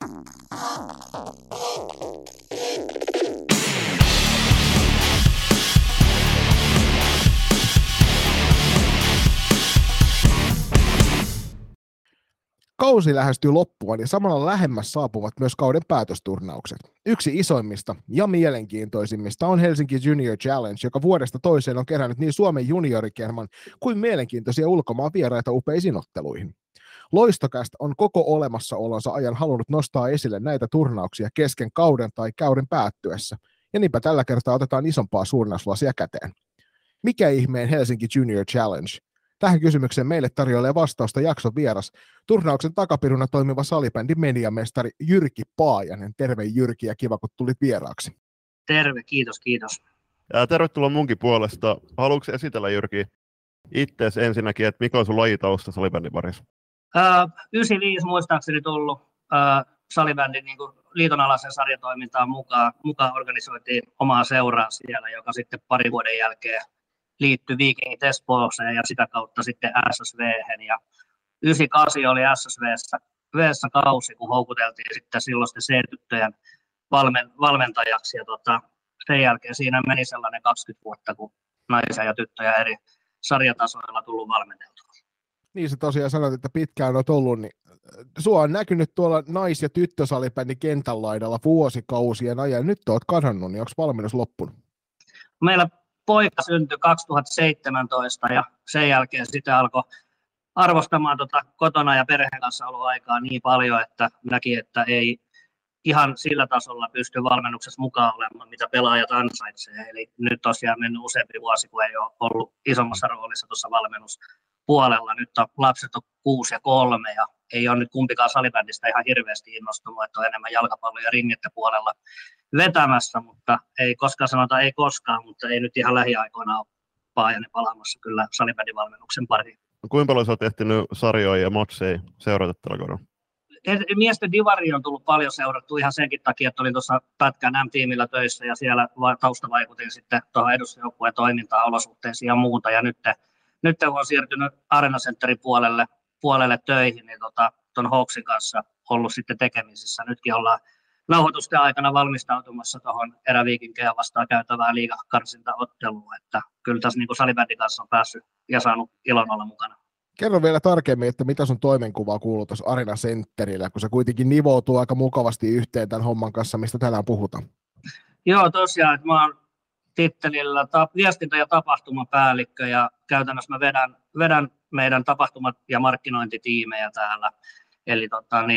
Kausi lähestyy loppuun ja samalla lähemmäs saapuvat myös kauden päätösturnaukset. Yksi isoimmista ja mielenkiintoisimmista on Helsinki Junior Challenge, joka vuodesta toiseen on kerännyt niin Suomen juniorikerman kuin mielenkiintoisia ulkomaan vieraita upeisiin otteluihin. Loistocast on koko olemassaolonsa ajan halunnut nostaa esille näitä turnauksia kesken kauden tai kauden päättyessä, ja niinpä tällä kertaa otetaan isompaa suurnauslasia käteen. Mikä ihmeen Helsinki Junior Challenge? Tähän kysymykseen meille tarjoilee vastausta jakson vieras, turnauksen takapiruna toimiva salibändin mediamestari Jyrki Paajanen. Terve Jyrki ja kiva, kun tulit vieraaksi. Terve, kiitos. Ja tervetuloa munkin puolesta. Haluatko esitellä Jyrki itseäsi ensinnäkin, että mikä on sun lajitausta salibändin parissa? 95 muistaakseni tullut salibändin niin liiton alaisen sarjatoimintaan mukaan organisoitiin omaa seuraa siellä, joka sitten parin vuoden jälkeen liittyi Vikingit Espooseen ja sitä kautta sitten SSV:hen. Ja 98 oli SSV:ssä kausi, kun houkuteltiin sitten silloisten C-tyttöjen valmentajaksi. Ja sen jälkeen siinä meni sellainen 20 vuotta, kun naisia ja tyttöjä eri sarjatasoilla tullut valmenteltua. Niin sä tosiaan sanoit, että pitkään olet ollut, niin sua on näkynyt tuolla nais- ja tyttösalibändin kentän laidalla vuosikausien ajan. Nyt olet kadonnut, niin onko valmennus loppunut? Meillä poika syntyi 2017 ja sen jälkeen sitä alkoi arvostamaan kotona ja perheen kanssa ollut aikaa niin paljon, että näki, että ei ihan sillä tasolla pysty valmennuksessa mukaan olemaan, mitä pelaajat ansaitsee. Eli nyt tosiaan mennyt useampi vuosi, kun ei ole ollut isommassa roolissa tuossa valmennuspuolella. Nyt lapset on 6 ja 3 ja ei ole nyt kumpikaan salibändistä ihan hirveästi innostunut, että on enemmän jalkapallo- ja ringettä-puolella vetämässä, mutta ei koskaan sanota ei koskaan, mutta ei nyt ihan lähiaikoina ole Paajanen palaamassa kyllä salibändin valmennuksen pariin. Kuinka paljon sä oot ehtinyt sarjoja ja matseja seurata tällä kaudella? Miesten divari on tullut paljon seurattu ihan senkin takia, että olin tuossa Pätkän M-tiimillä töissä ja siellä taustavaikutin sitten tuohon edustusjoukkueen toimintaan, olosuhteisiin ja muuta. Ja nyt kun on siirtynyt Arena Centerin puolelle töihin, niin tuon Hawksin kanssa ollut sitten tekemisissä. Nytkin ollaan nauhoitusten aikana valmistautumassa tuohon Eräviikinkejä vastaan käytävään liigakarsintaotteluun, että kyllä tässä niin kuin salibändin kanssa on päässyt ja saanut ilon olla mukana. Kerro vielä tarkemmin, että mitä sun toimenkuvaa kuuluu tuossa Arena Centerillä, kun se kuitenkin nivoutuu aika mukavasti yhteen tämän homman kanssa, mistä tänään puhutaan. Joo, tosiaan, että mä oon tittelillä viestintä- ja tapahtumapäällikkö ja käytännössä mä vedän meidän tapahtumat- ja markkinointitiimejä täällä. Eli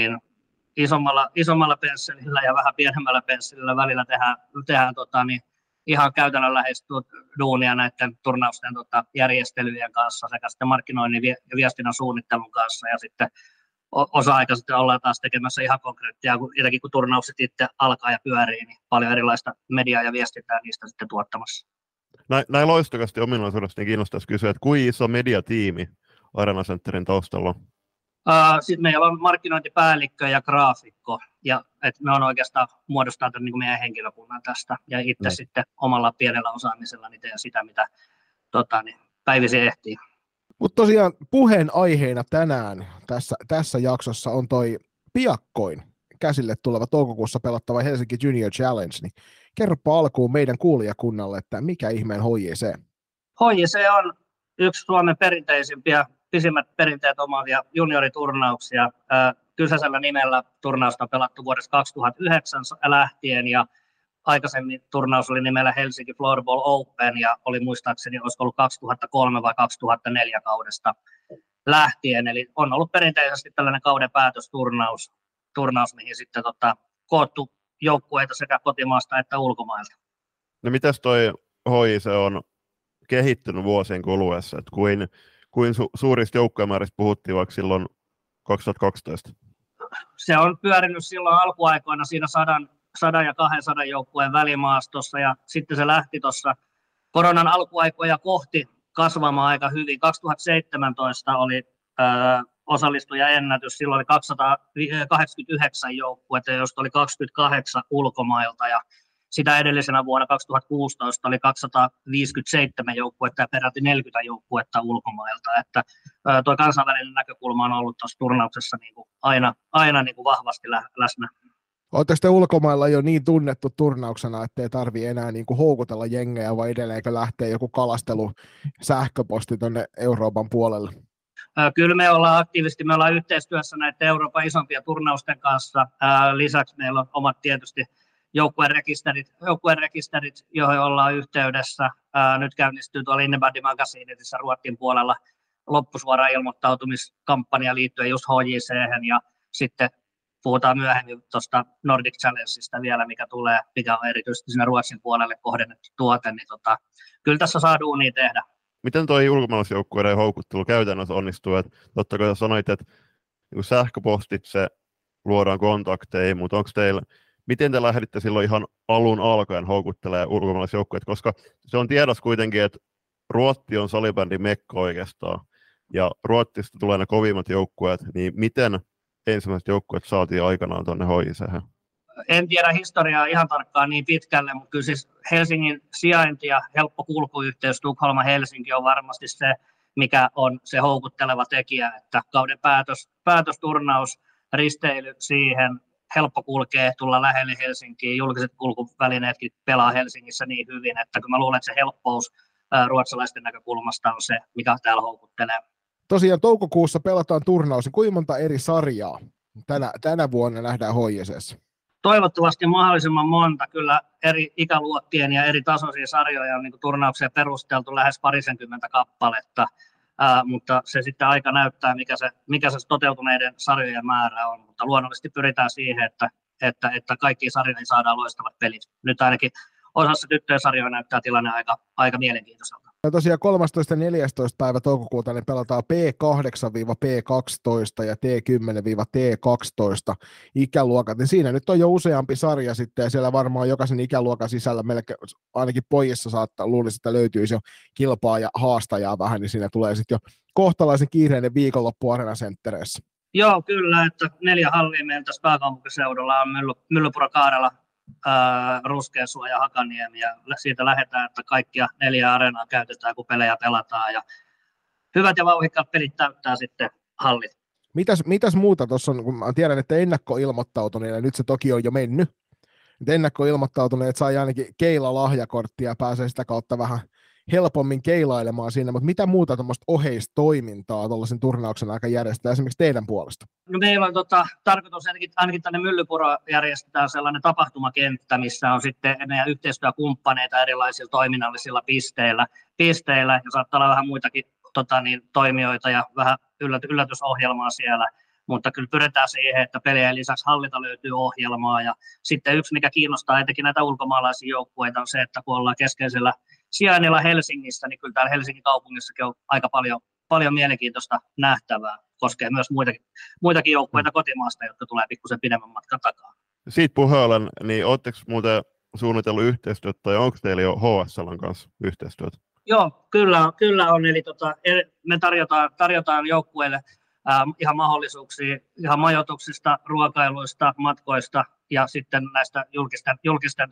isommalla pensselillä ja vähän pienemmällä pensselillä välillä tehdään ihan käytännönläheistä duunia näiden turnausten järjestelyjen kanssa sekä sitten markkinoinnin ja viestinnän suunnittelun kanssa ja sitten osa-aika sitten ollaan taas tekemässä ihan konkreettia, etenkin kun turnaukset itse alkaa ja pyörii, niin paljon erilaista mediaa ja viestintää niistä sitten tuottamassa. Näin loistokasti ominaisuudesta niin kiinnostaisi kysyä, että kuinka iso mediatiimi Arena Centerin taustalla on? Sitten meillä on markkinointipäällikkö ja graafikko, ja että me on oikeastaan muodostaa niin kuin meidän henkilökunnan tästä, ja itse sitten omalla pienellä osaamisella teen sitä, mitä päivisin ehtii. Mutta tosiaan puheenaiheena tänään tässä jaksossa on toi piakkoin käsille tuleva toukokuussa pelattava Helsinki Junior Challenge, niin kerropa alkuun meidän kuulijakunnalle, että mikä ihmeen HJC? HJC on yksi Suomen perinteisimpiä, pisimmät perinteet omaavia junioriturnauksia. Kyseisellä nimellä turnausta on pelattu vuodesta 2009 lähtien ja aikaisemmin turnaus oli nimellä Helsinki Floorball Open ja oli muistaakseni, olisiko ollut 2003 vai 2004 kaudesta lähtien. Eli on ollut perinteisesti tällainen kauden päätösturnaus, mihin sitten koottu joukkueita sekä kotimaasta että ulkomailta. No mitäs toi HJC on kehittynyt vuosien kuluessa? Että kuin suurista joukkuemääristä puhuttiin vaikka silloin 2012? Se on pyörinyt silloin alkuaikoina siinä 100 ja 200 joukkueen välimaastossa ja sitten se lähti tuossa koronan alkuaikoja kohti kasvamaan aika hyvin. 2017 oli osallistujaennätys, silloin oli 289 joukkuetta, joista oli 28 ulkomailta ja sitä edellisenä vuonna 2016 oli 257 joukkuetta ja peräti 40 joukkuetta ulkomailta, että tuo kansainvälinen näkökulma on ollut tuossa turnauksessa niin kuin aina niin kuin vahvasti läsnä. Oletteko te ulkomailla jo niin tunnettu turnauksena, ettei tarvitse enää niin kuin houkutella jengejä, vai edelleenkö lähtee joku kalastelu sähköposti tuonne Euroopan puolelle? Kyllä me ollaan aktiivisesti, me ollaan yhteistyössä näiden Euroopan isompien turnausten kanssa. Lisäksi meillä on omat tietysti joukkuerekisterit, joihin ollaan yhteydessä. Nyt käynnistyy tuolla Innebandi Magazinetissa Ruotsin puolella loppusuora ilmoittautumiskampanja liittyen just HJC:hen, ja sitten puhutaan myöhemmin tuosta Nordic Challengeista vielä, mikä tulee, mikä on erityisesti sinne Ruotsin puolelle kohdennettu tuote, niin kyllä tässä saa duunia tehdä. Miten tuo ulkomaalaisjoukkueiden houkuttelu käytännössä onnistuu? Että totta kai sanoit, että niin sähköpostitse luodaan kontakteja, mutta onko teillä, miten te lähditte silloin ihan alun alkaen houkuttelemaan ulkomaalaisjoukkueita? Koska se on tiedossa kuitenkin, että Ruotti on salibändin mekka oikeastaan, ja Ruotsista tulee ne kovimmat joukkueet, niin miten ensimmäiset joukkueet saatiin aikanaan tuonne HJC:hen? En tiedä historiaa ihan tarkkaan niin pitkälle, mutta kyllä siis Helsingin sijainti ja helppo kulkuyhteys Tukholma-Helsinki on varmasti se, mikä on se houkutteleva tekijä, että kauden päätösturnaus, risteily siihen, helppo kulkea, tulla lähelle Helsinkiin, julkiset kulkuvälineetkin pelaa Helsingissä niin hyvin, että kyllä mä luulen, että se helppous ruotsalaisten näkökulmasta on se, mikä täällä houkuttelee. Tosiaan toukokuussa pelataan turnaus, niin kuinka monta eri sarjaa tänä vuonna nähdään HJC:ssä? Toivottavasti mahdollisimman monta, kyllä eri ikäluokkien ja eri tasoisia sarjoja on niin kuin turnaukseen perusteltu lähes 20 kappaletta, mutta se sitten aika näyttää, mikä se toteutuneiden sarjojen määrä on, mutta luonnollisesti pyritään siihen, että kaikkiin sarjoihin saadaan loistavat pelit. Nyt ainakin osassa tyttöjen sarjoja näyttää tilanne aika mielenkiintoiselta. Ja tosiaan 13. ja 14. päivä toukokuuta niin pelataan P8-P12 ja T10-T12 ikäluokat, niin siinä nyt on jo useampi sarja sitten, ja siellä varmaan jokaisen ikäluokan sisällä melkein, ainakin pojissa luulisi, että löytyisi jo kilpaa ja haastajaa vähän, niin siinä tulee sitten jo kohtalaisen kiireinen viikonloppu Areenasenttereissä. Joo, kyllä, että 4 hallia meillä tässä pääkaupunkiseudulla on Myllypuro, Kaarela, Ruskeasua ja Hakaniemi, ja siitä lähdetään, että kaikkia 4 areenaa käytetään, kun pelejä pelataan, ja hyvät ja vauhikkaat pelit täyttää sitten hallit. Mitäs muuta tuossa on, kun mä tiedän, että ennakkoilmoittautuneille, nyt se toki on jo mennyt, että ennakkoilmoittautuneet sai ainakin Keila-lahjakorttia ja pääsee sitä kautta vähän helpommin keilailemaan siinä, mutta mitä muuta tuommoista oheistoimintaa tuollaisen turnauksen aika järjestää esimerkiksi teidän puolesta? No meillä on tarkoitus, ainakin tänne Myllypuro järjestetään sellainen tapahtumakenttä, missä on sitten meidän yhteistyökumppaneita erilaisilla toiminnallisilla pisteillä ja saattaa olla vähän muitakin toimijoita ja vähän yllätysohjelmaa siellä, mutta kyllä pyritään siihen, että pelien lisäksi hallita löytyy ohjelmaa, ja sitten yksi, mikä kiinnostaa etenkin näitä ulkomaalaisia joukkueita, on se, että kun ollaan keskeisellä sijainnilla Helsingissä, niin kyllä täällä Helsingin kaupungissakin on aika paljon mielenkiintoista nähtävää, koskee myös muitakin joukkueita kotimaasta, jotka tulee pikkusen pidemmän matkan takaa. Siitä puheella, niin oletteko muuten suunnitellut yhteistyötä, tai onko teillä jo HSL:n kanssa yhteistyötä? Joo, kyllä on, eli me tarjotaan joukkueille ihan mahdollisuuksia ihan majoituksista, ruokailuista, matkoista ja sitten näistä julkisten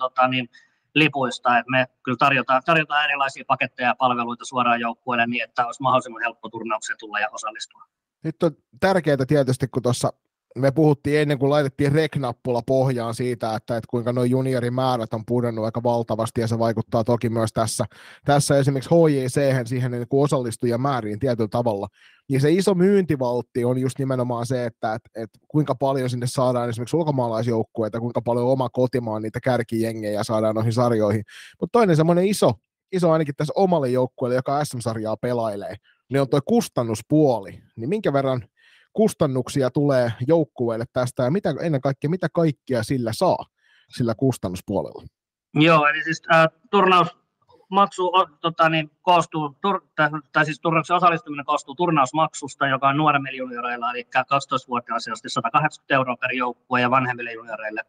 lipuista, että me kyllä tarjotaan erilaisia paketteja ja palveluita suoraan joukkueelle niin, että olisi mahdollisimman helppo turnaukseen tulla ja osallistua. Nyt on tärkeää tietysti, kun tuossa me puhuttiin ennen kuin laitettiin rek-nappula pohjaan siitä, että kuinka nuo juniorimäärät on pudonnut aika valtavasti, ja se vaikuttaa toki myös tässä esimerkiksi HJC:hen siihen niin kuin osallistujamääriin tietyllä tavalla. Niin se iso myyntivaltti on just nimenomaan se, että kuinka paljon sinne saadaan esimerkiksi ulkomaalaisjoukkueita, kuinka paljon oma kotimaan niitä kärkijengejä saadaan noihin sarjoihin. Mutta toinen semmoinen iso ainakin tässä omalle joukkueelle, joka SM-sarjaa pelailee, niin on tuo kustannuspuoli. Niin minkä verran kustannuksia tulee joukkueelle tästä, ja ennen kaikkea mitä kaikkea sillä saa, sillä kustannuspuolella? Joo, eli siis turnausmaksu koostuu, siis turnauksen osallistuminen koostuu turnausmaksusta, joka on nuoremmille junioreilla, eli 12-vuotiaille 180 € per joukkue, ja vanhemmille junioreille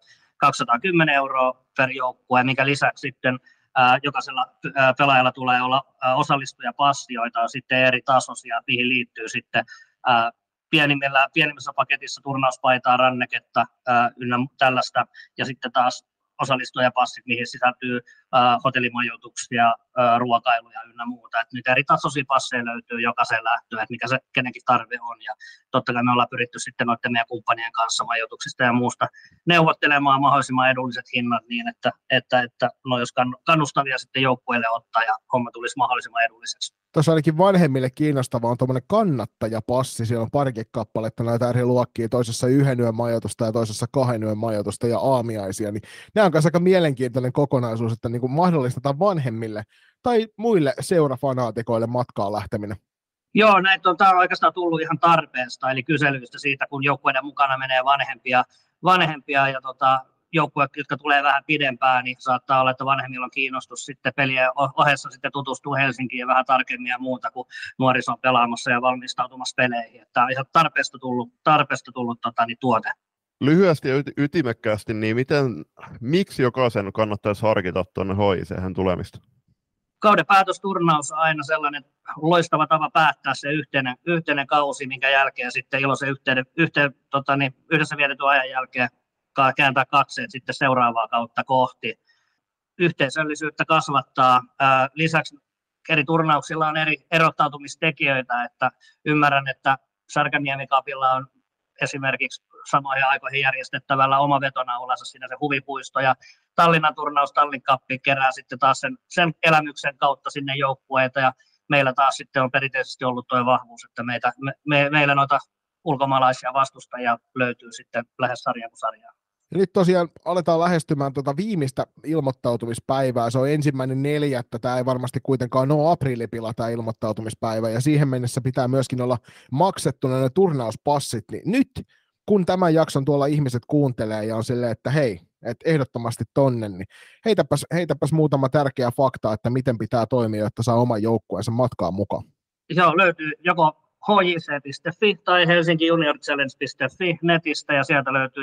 210 € per joukkue, mikä lisäksi sitten jokaisella pelaajalla tulee olla osallistujapassi, joita on sitten eri tasoisia, mihin liittyy sitten pienimmässä paketissa turnauspaitaa, ranneketta ynnä tällaista, ja sitten taas osallistujapassit, mihin sisältyy hotellimajoituksia, ruokailuja ynnä muuta. Et nyt eri tasoisia passeja löytyy jokaisen lähtöön, että mikä se kenenkin tarve on. Ja totta kai me ollaan pyritty sitten noiden meidän kumppanien kanssa majoituksista ja muusta neuvottelemaan mahdollisimman edulliset hinnat niin, että no jos kannustavia sitten joukkueille ottaa ja homma tulisi mahdollisimman edulliseksi. Tuossa ainakin vanhemmille kiinnostavaa on tuommoinen kannattajapassi, siellä on parikin kappaletta näitä eri luokkia, toisessa 1 yön majoitusta ja toisessa 2 yön majoitusta ja aamiaisia, niin nämä on myös aika mielenkiintoinen kokonaisuus, että niin kuin mahdollistetaan vanhemmille tai muille seurafanaatikoille matkaan lähteminen. Joo, tämä on oikeastaan tullut ihan tarpeesta, eli kyselyistä siitä, kun joukkueiden mukana menee vanhempia ja joukkueet, jotka tulee vähän pidempään, niin saattaa olla, että vanhemmilla on kiinnostus sitten pelien ohessa sitten tutustua Helsinkiin vähän tarkemmin ja muuta, kuin nuoriso on pelaamassa ja valmistautumassa peleihin. Tämä on ihan tarpeesta tullut tuote. Lyhyesti ja ytimekkäästi, niin miksi jokaisen kannattaisi harkita tuonne HJC:hen tulemista? Kauden päätösturnaus on aina sellainen loistava tapa päättää se yhteinen kausi, minkä jälkeen sitten iloisen yhdessä vietetyn ajan jälkeen kääntää katseet sitten seuraavaa kautta kohti. Yhteisöllisyyttä kasvattaa. Lisäksi eri turnauksilla on eri erottautumistekijöitä, että ymmärrän, että Särkänniemi-kapilla on esimerkiksi samoihin aikoihin järjestettävällä oma vetonaulassa siinä se huvipuisto ja Tallinnan turnaus, Tallinn Cup kerää sitten taas sen elämyksen kautta sinne joukkueita ja meillä taas sitten on perinteisesti ollut tuo vahvuus, että meillä noita ulkomaalaisia vastustajia löytyy sitten lähes sarjaa kuin sarjaa. Ja nyt tosiaan aletaan lähestymään viimeistä ilmoittautumispäivää. Se on 1.4. Tämä ei varmasti kuitenkaan ole aprillipila tämä ilmoittautumispäivä. Ja siihen mennessä pitää myöskin olla maksettuna ne turnauspassit. Niin nyt, kun tämän jakson tuolla ihmiset kuuntelee ja on silleen, että hei, että ehdottomasti tonne, niin heitäpäs muutama tärkeä fakta, että miten pitää toimia, että saa oman joukkueensa matkaan mukaan. Joo, löytyy joko hjc.fi tai helsinkijuniorchallenge.fi netistä ja sieltä löytyy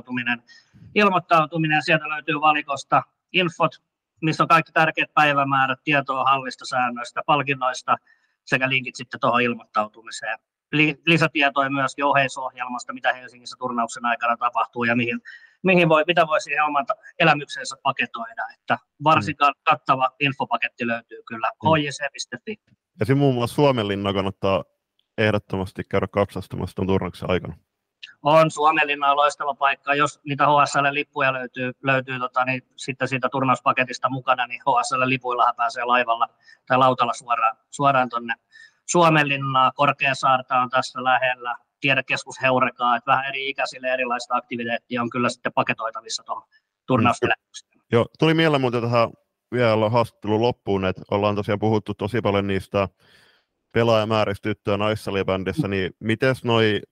ilmoittautuminen. Sieltä löytyy valikosta infot, missä on kaikki tärkeät päivämäärät, tietoa hallista, säännöistä, palkinnoista sekä linkit sitten tuohon ilmoittautumiseen. Lisätietoja myöskin oheisohjelmasta, mitä Helsingissä turnauksen aikana tapahtuu ja mitä voi siihen oman elämyksensä paketoida. Että varsin kattava infopaketti löytyy kyllä hjc.fi. Ja se muun muassa Suomenlinna kannattaa ehdottomasti käydä katsastamassa tuon turnauksen aikana. On, Suomenlinna on loistava paikka. Jos niitä HSL-lippuja löytyy niin sitten siitä turnauspaketista mukana, niin HSL-lipuillahan pääsee laivalla tai lautalla suoraan tuonne Suomenlinnaan. Korkeasaarta on tässä lähellä, tiedekeskus Heurekaa, että vähän eri ikäisille erilaista aktiviteettia on kyllä sitten paketoitavissa tuohon turnauselämykseen. Joo, tuli mieleen muuten tähän vielä haastattelun loppuun, että ollaan tosiaan puhuttu tosi paljon niistä pelaajamääristä tyttö- ja naissalibändissä, niin miten noi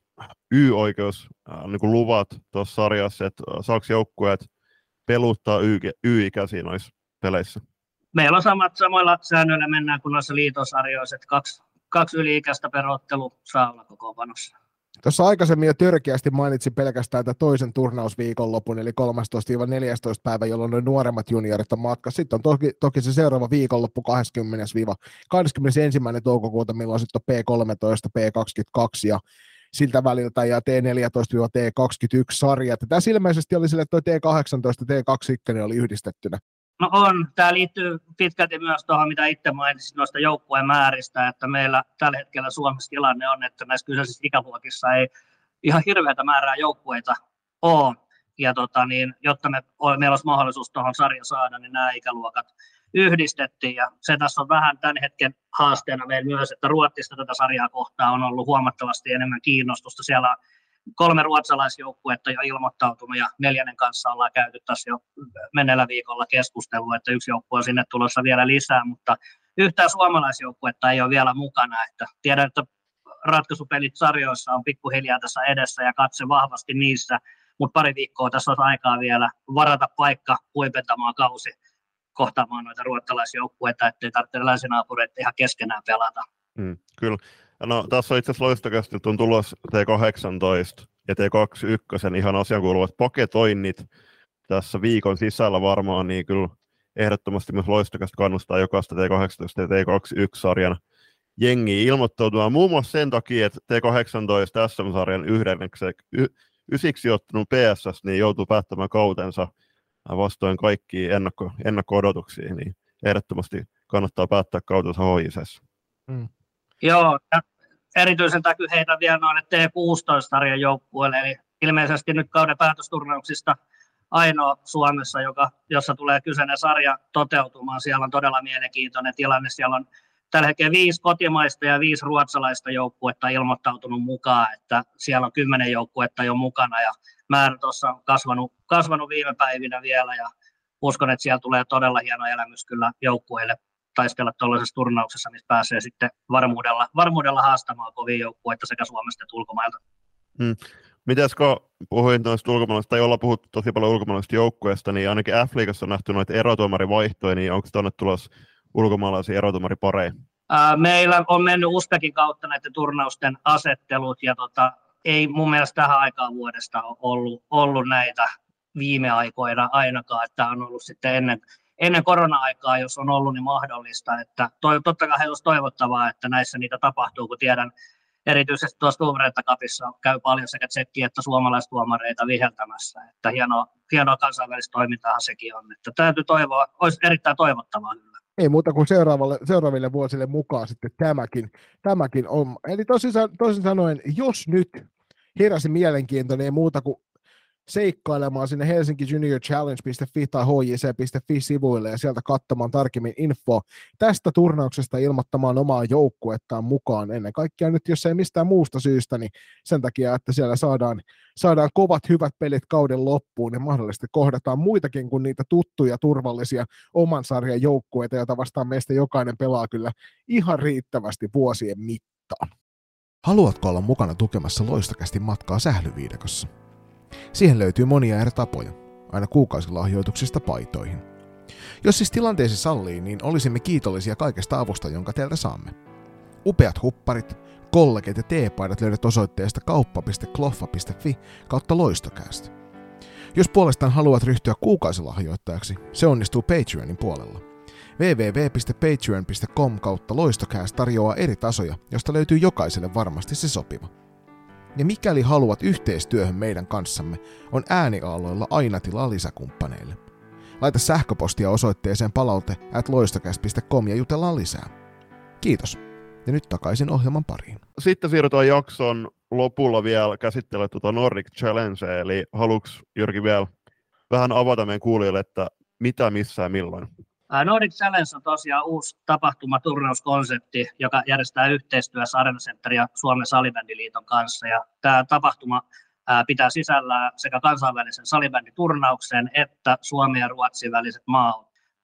Y-oikeusluvat tuossa sarjassa, että saako joukkueet peluttaa Y-ikäisiä noissa peleissä? Meillä on samoilla säännöillä mennään kuin noissa liitosarjoissa, että kaksi yli-ikäistä per ottelu saa olla kokoonpanossa. Tuossa aikaisemmin jo törkeästi mainitsin pelkästään tämän toisen turnausviikonlopun, eli 13-14 päivä, jolloin ne nuoremmat juniorit on matkassa. Sitten on toki se seuraava viikonloppu 20-21. toukokuuta, milloin sitten on P13, P22 ja siltä väliltä ja T14-T21-sarjat. Tässä ilmeisesti oli sille, että tuo T18 ja T21 oli yhdistettynä. No on. Tämä liittyy pitkälti myös tuohon, mitä itse mainitsin noista joukkueen määristä, että meillä tällä hetkellä Suomessa tilanne on, että näissä kyseisissä ikäluokissa ei ihan hirveätä määrää joukkueita ole. Ja jotta meillä olisi mahdollisuus tuohon sarjaan saada, niin nämä ikäluokat yhdistettiin. Ja se tässä on vähän tämän hetken haasteena meillä myös, että Ruotsista tätä sarjaa kohtaan on ollut huomattavasti enemmän kiinnostusta. Siellä on 3 ruotsalaisjoukkuetta jo ilmoittautunut ja 4. kanssa ollaan käyty tässä jo menneellä viikolla keskustelua, että 1 joukkue on sinne tulossa vielä lisää, mutta yhtään suomalaisjoukkuetta ei ole vielä mukana. Että tiedän, että ratkaisupelit sarjoissa on pikkuhiljaa tässä edessä ja katse vahvasti niissä, mutta pari viikkoa tässä on aikaa vielä varata paikka huipentamaan kausi kohtaamaan noita ruotsalaisjoukkueita, ettei tarvitse länsinaapureita ihan keskenään pelata. Kyllä. No, tässä on itse asiassa loistakästi, että on tulos T18 ja T21 ihan asiankuuluvat paketoinnit tässä viikon sisällä varmaan, niin kyllä ehdottomasti myös loistakästi kannustaa jokaista T18 ja T21-sarjan jengiä ilmoittautumaan. Muun muassa sen takia, että T18 SM-sarjan ysiksi ottanut PSS niin joutuu päättämään kautensa vastoin kaikkia ennakko-odotuksia, niin ehdottomasti kannattaa päättää kautensa HJC:ssä. Joo, ja erityisen takia heitä vielä noille T16-sarjan joukkueille, eli ilmeisesti nyt kauden päätösturnauksista ainoa Suomessa, jossa tulee kyseinen sarja toteutumaan. Siellä on todella mielenkiintoinen tilanne. Siellä on tällä hetkellä 5 kotimaista ja 5 ruotsalaista joukkuetta ilmoittautunut mukaan, että siellä on 10 joukkuetta jo mukana ja määrä tuossa on kasvanut viime päivinä vielä ja uskon, että siellä tulee todella hieno elämys kyllä joukkueille taistella tuollaisessa turnauksessa, missä pääsee sitten varmuudella haastamaan kovia joukkueita sekä Suomesta että ulkomailta. Mites kun puhuin tuosta ulkomaalaisista, tai ollaan puhuttu tosi paljon ulkomaalaisista joukkueista, niin ainakin F-liigassa on nähty noita erotuomarivaihtoja, niin onko tuonne tulossa ulkomaalaisia erotuomaripareja? Meillä on mennyt Uzbekin kautta näiden turnausten asettelut, ja ei mun mielestä tähän aikaan vuodesta ole ollut näitä viime aikoina ainakaan, että on ollut sitten ennen korona-aikaa, jos on ollut niin mahdollista, että totta kai olisi toivottavaa, että näissä niitä tapahtuu, kun tiedän, erityisesti tuossa Tuumaretta Cupissa käy paljon sekä tsekkiä että suomalaistuomareita viheltämässä, että hienoa kansainvälistä toimintaahan sekin on, että täytyy toivoa, olisi erittäin toivottavaa kyllä. Ei muuta kuin seuraaville vuosille mukaan sitten tämäkin on. Eli toisin sanoen, jos nyt heräsi mielenkiintoinen, ei muuta kuin seikkailemaan sinne helsinkijuniorchallenge.fi tai hjc.fi-sivuille ja sieltä katsomaan tarkemmin info tästä turnauksesta, ilmoittamaan omaa joukkuettaan mukaan ennen kaikkea nyt, jos ei mistään muusta syystä, niin sen takia, että siellä saadaan kovat hyvät pelit kauden loppuun ja mahdollisesti kohdataan muitakin kuin niitä tuttuja turvallisia oman sarjan joukkueita, joita vastaan meistä jokainen pelaa kyllä ihan riittävästi vuosien mittaan. Haluatko olla mukana tukemassa Loistokästin matkaa Sählyviidakossa? Siihen löytyy monia eri tapoja, aina kuukausilahjoituksista paitoihin. Jos siis tilanteesi sallii, niin olisimme kiitollisia kaikesta avusta, jonka teiltä saamme. Upeat hupparit, kollegit ja teepaidat löydät osoitteesta kauppa.kloffa.fi/loistocast. Jos puolestaan haluat ryhtyä kuukausilahjoittajaksi, se onnistuu Patreonin puolella. www.patreon.com/loistocast tarjoaa eri tasoja, josta löytyy jokaiselle varmasti se sopiva. Ja mikäli haluat yhteistyöhön meidän kanssamme, on ääniaaloilla aina tilaa lisäkumppaneille. Laita sähköpostia osoitteeseen palaute@loistocast.com ja jutellaan lisää. Kiitos. Ja nyt takaisin ohjelman pariin. Sitten siirrytään jakson lopulla vielä käsittelemään Nordic Challengea, eli haluatko Jyrki vielä vähän avata meidän kuulijoille, että mitä, missä ja milloin? Nordic Challenge on tosiaan uusi tapahtumaturnauskonsepti, joka järjestää yhteistyössä Arena Center ja Suomen salibändiliiton kanssa. Ja tämä tapahtuma pitää sisällään sekä kansainvälisen salibänditurnauksen että Suomen ja Ruotsin väliset maaot.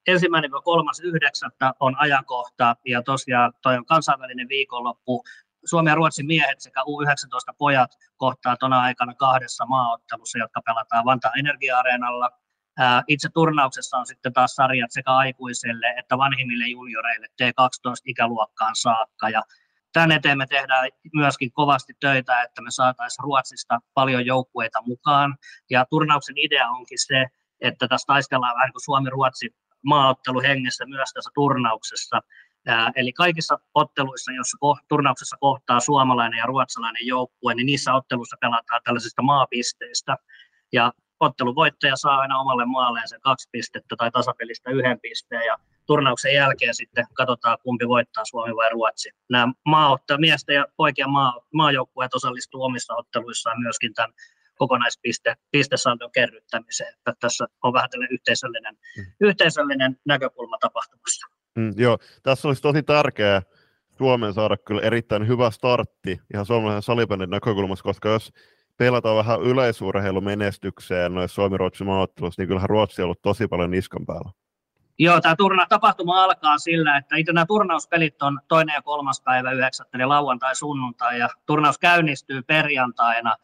1.–3.9. on ajankohta ja tosiaan toi on kansainvälinen viikonloppu. Suomen ja Ruotsin miehet sekä U19-pojat kohtaa tuona aikana 2 maaottelussa, jotka pelataan Vantaan Energia-areenalla. Itse turnauksessa on sitten taas sarjat sekä aikuiselle että vanhimmille junioreille T12-ikäluokkaan saakka. Ja tämän eteen me tehdään myöskin kovasti töitä, että me saataisiin Ruotsista paljon joukkueita mukaan. Ja turnauksen idea onkin se, että tässä taistellaan vähän kuin Suomi-Ruotsi maaottelu hengessä myös tässä turnauksessa. Eli kaikissa otteluissa, joissa turnauksessa kohtaa suomalainen ja ruotsalainen joukkue, niin niissä otteluissa pelataan tällaisista maapisteistä. Ja ottelun voittaja saa aina omalle maalleen sen 2 pistettä tai tasapelistä 1 pisteen. Ja turnauksen jälkeen sitten katsotaan, kumpi voittaa, Suomi vai Ruotsi. Nämä miesten ja poikien maajoukkueet osallistuu omissa otteluissaan myöskin tämän kokonaispistesaldon kerryttämiseen. Että tässä on vähän tällainen yhteisöllinen näkökulma tapahtumassa. Joo, tässä olisi tosi tärkeää Suomen saada kyllä erittäin hyvä startti ihan suomalaisen salibändin näkökulmassa, koska jos pelataan vähän yleisurheilumenestykseen noissa Suomi-Ruotsin maaottelussa, niin kyllähän Ruotsi on ollut tosi paljon niskan päällä. Joo, tämä tapahtuma alkaa sillä, että itse nämä turnauspelit on 2. ja 3. päivä 9. eli lauantai-sunnuntai, ja turnaus käynnistyy perjantaina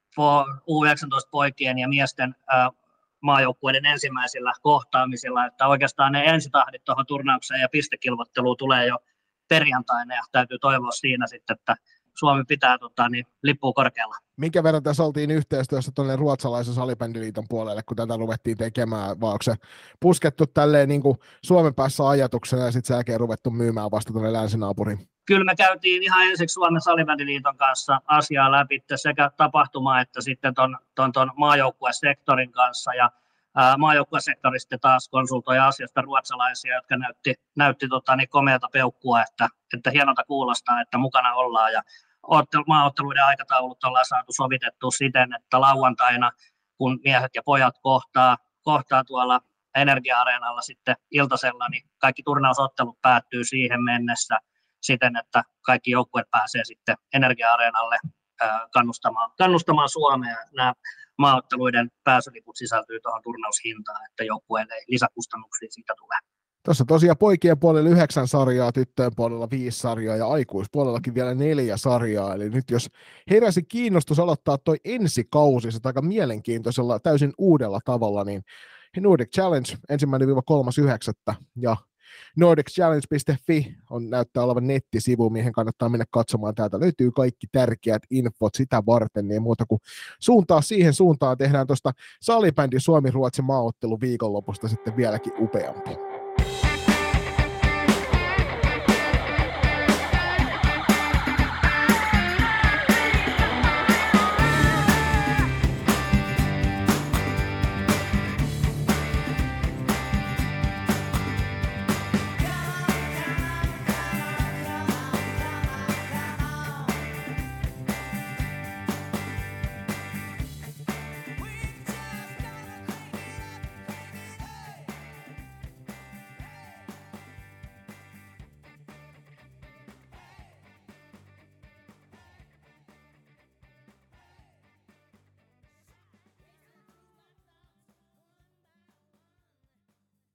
U19-poikien ja miesten maajoukkueiden ensimmäisillä kohtaamisilla, että oikeastaan ne ensitahdit tuohon turnaukseen ja pistekilvotteluun tulee jo perjantaina, ja täytyy toivoa siinä sitten, että Suomi pitää lippua korkealla. Minkä verran tässä oltiin yhteistyössä tuonne ruotsalaisen salibändiliiton puolelle, kun tätä ruvettiin tekemään, vai onko se puskettu tälleen niin kuin Suomen päässä ajatuksena ja sitten sen jälkeen ruvettu myymään vasta tuonne länsinaapuriin? Kyllä me käytiin ihan ensiksi Suomen salibändiliiton kanssa asiaa läpi sekä tapahtumaa että sitten ton maajoukkuesektorin kanssa, ja Maajoukkuesektori sitten taas konsultoi asiasta ruotsalaisia, jotka näytti komeata peukkua, että hienolta kuulostaa, että mukana ollaan. Ja maaotteluiden aikataulut ollaan saatu sovitettua siten, että lauantaina, kun miehet ja pojat kohtaa tuolla Energia-areenalla sitten iltasella, niin kaikki turnausottelut päättyy siihen mennessä siten, että kaikki joukkueet pääsee sitten Energia-areenalle kannustamaan Suomea. Nämä maaotteluiden pääsyliput sisältyy tuohon turnaushintaan, että joukkueelle ei lisäkustannuksia siitä tule. Tuossa tosiaan poikien puolella 9 sarjaa, tyttöjen puolella 5 sarjaa ja aikuispuolellakin vielä 4 sarjaa. Eli nyt jos heräsi kiinnostus aloittaa toi ensi kausi aika mielenkiintoisella, täysin uudella tavalla, niin Nordic Challenge 1.–3.9. ja nordicchallenge.fi näyttää olevan nettisivu, mihin kannattaa mennä katsomaan. Täältä löytyy kaikki tärkeät infot sitä varten, niin muuta kuin suuntaa siihen suuntaan. Tehdään tuosta salibändin Suomi-Ruotsi maaottelu viikonlopusta sitten vieläkin upeampi.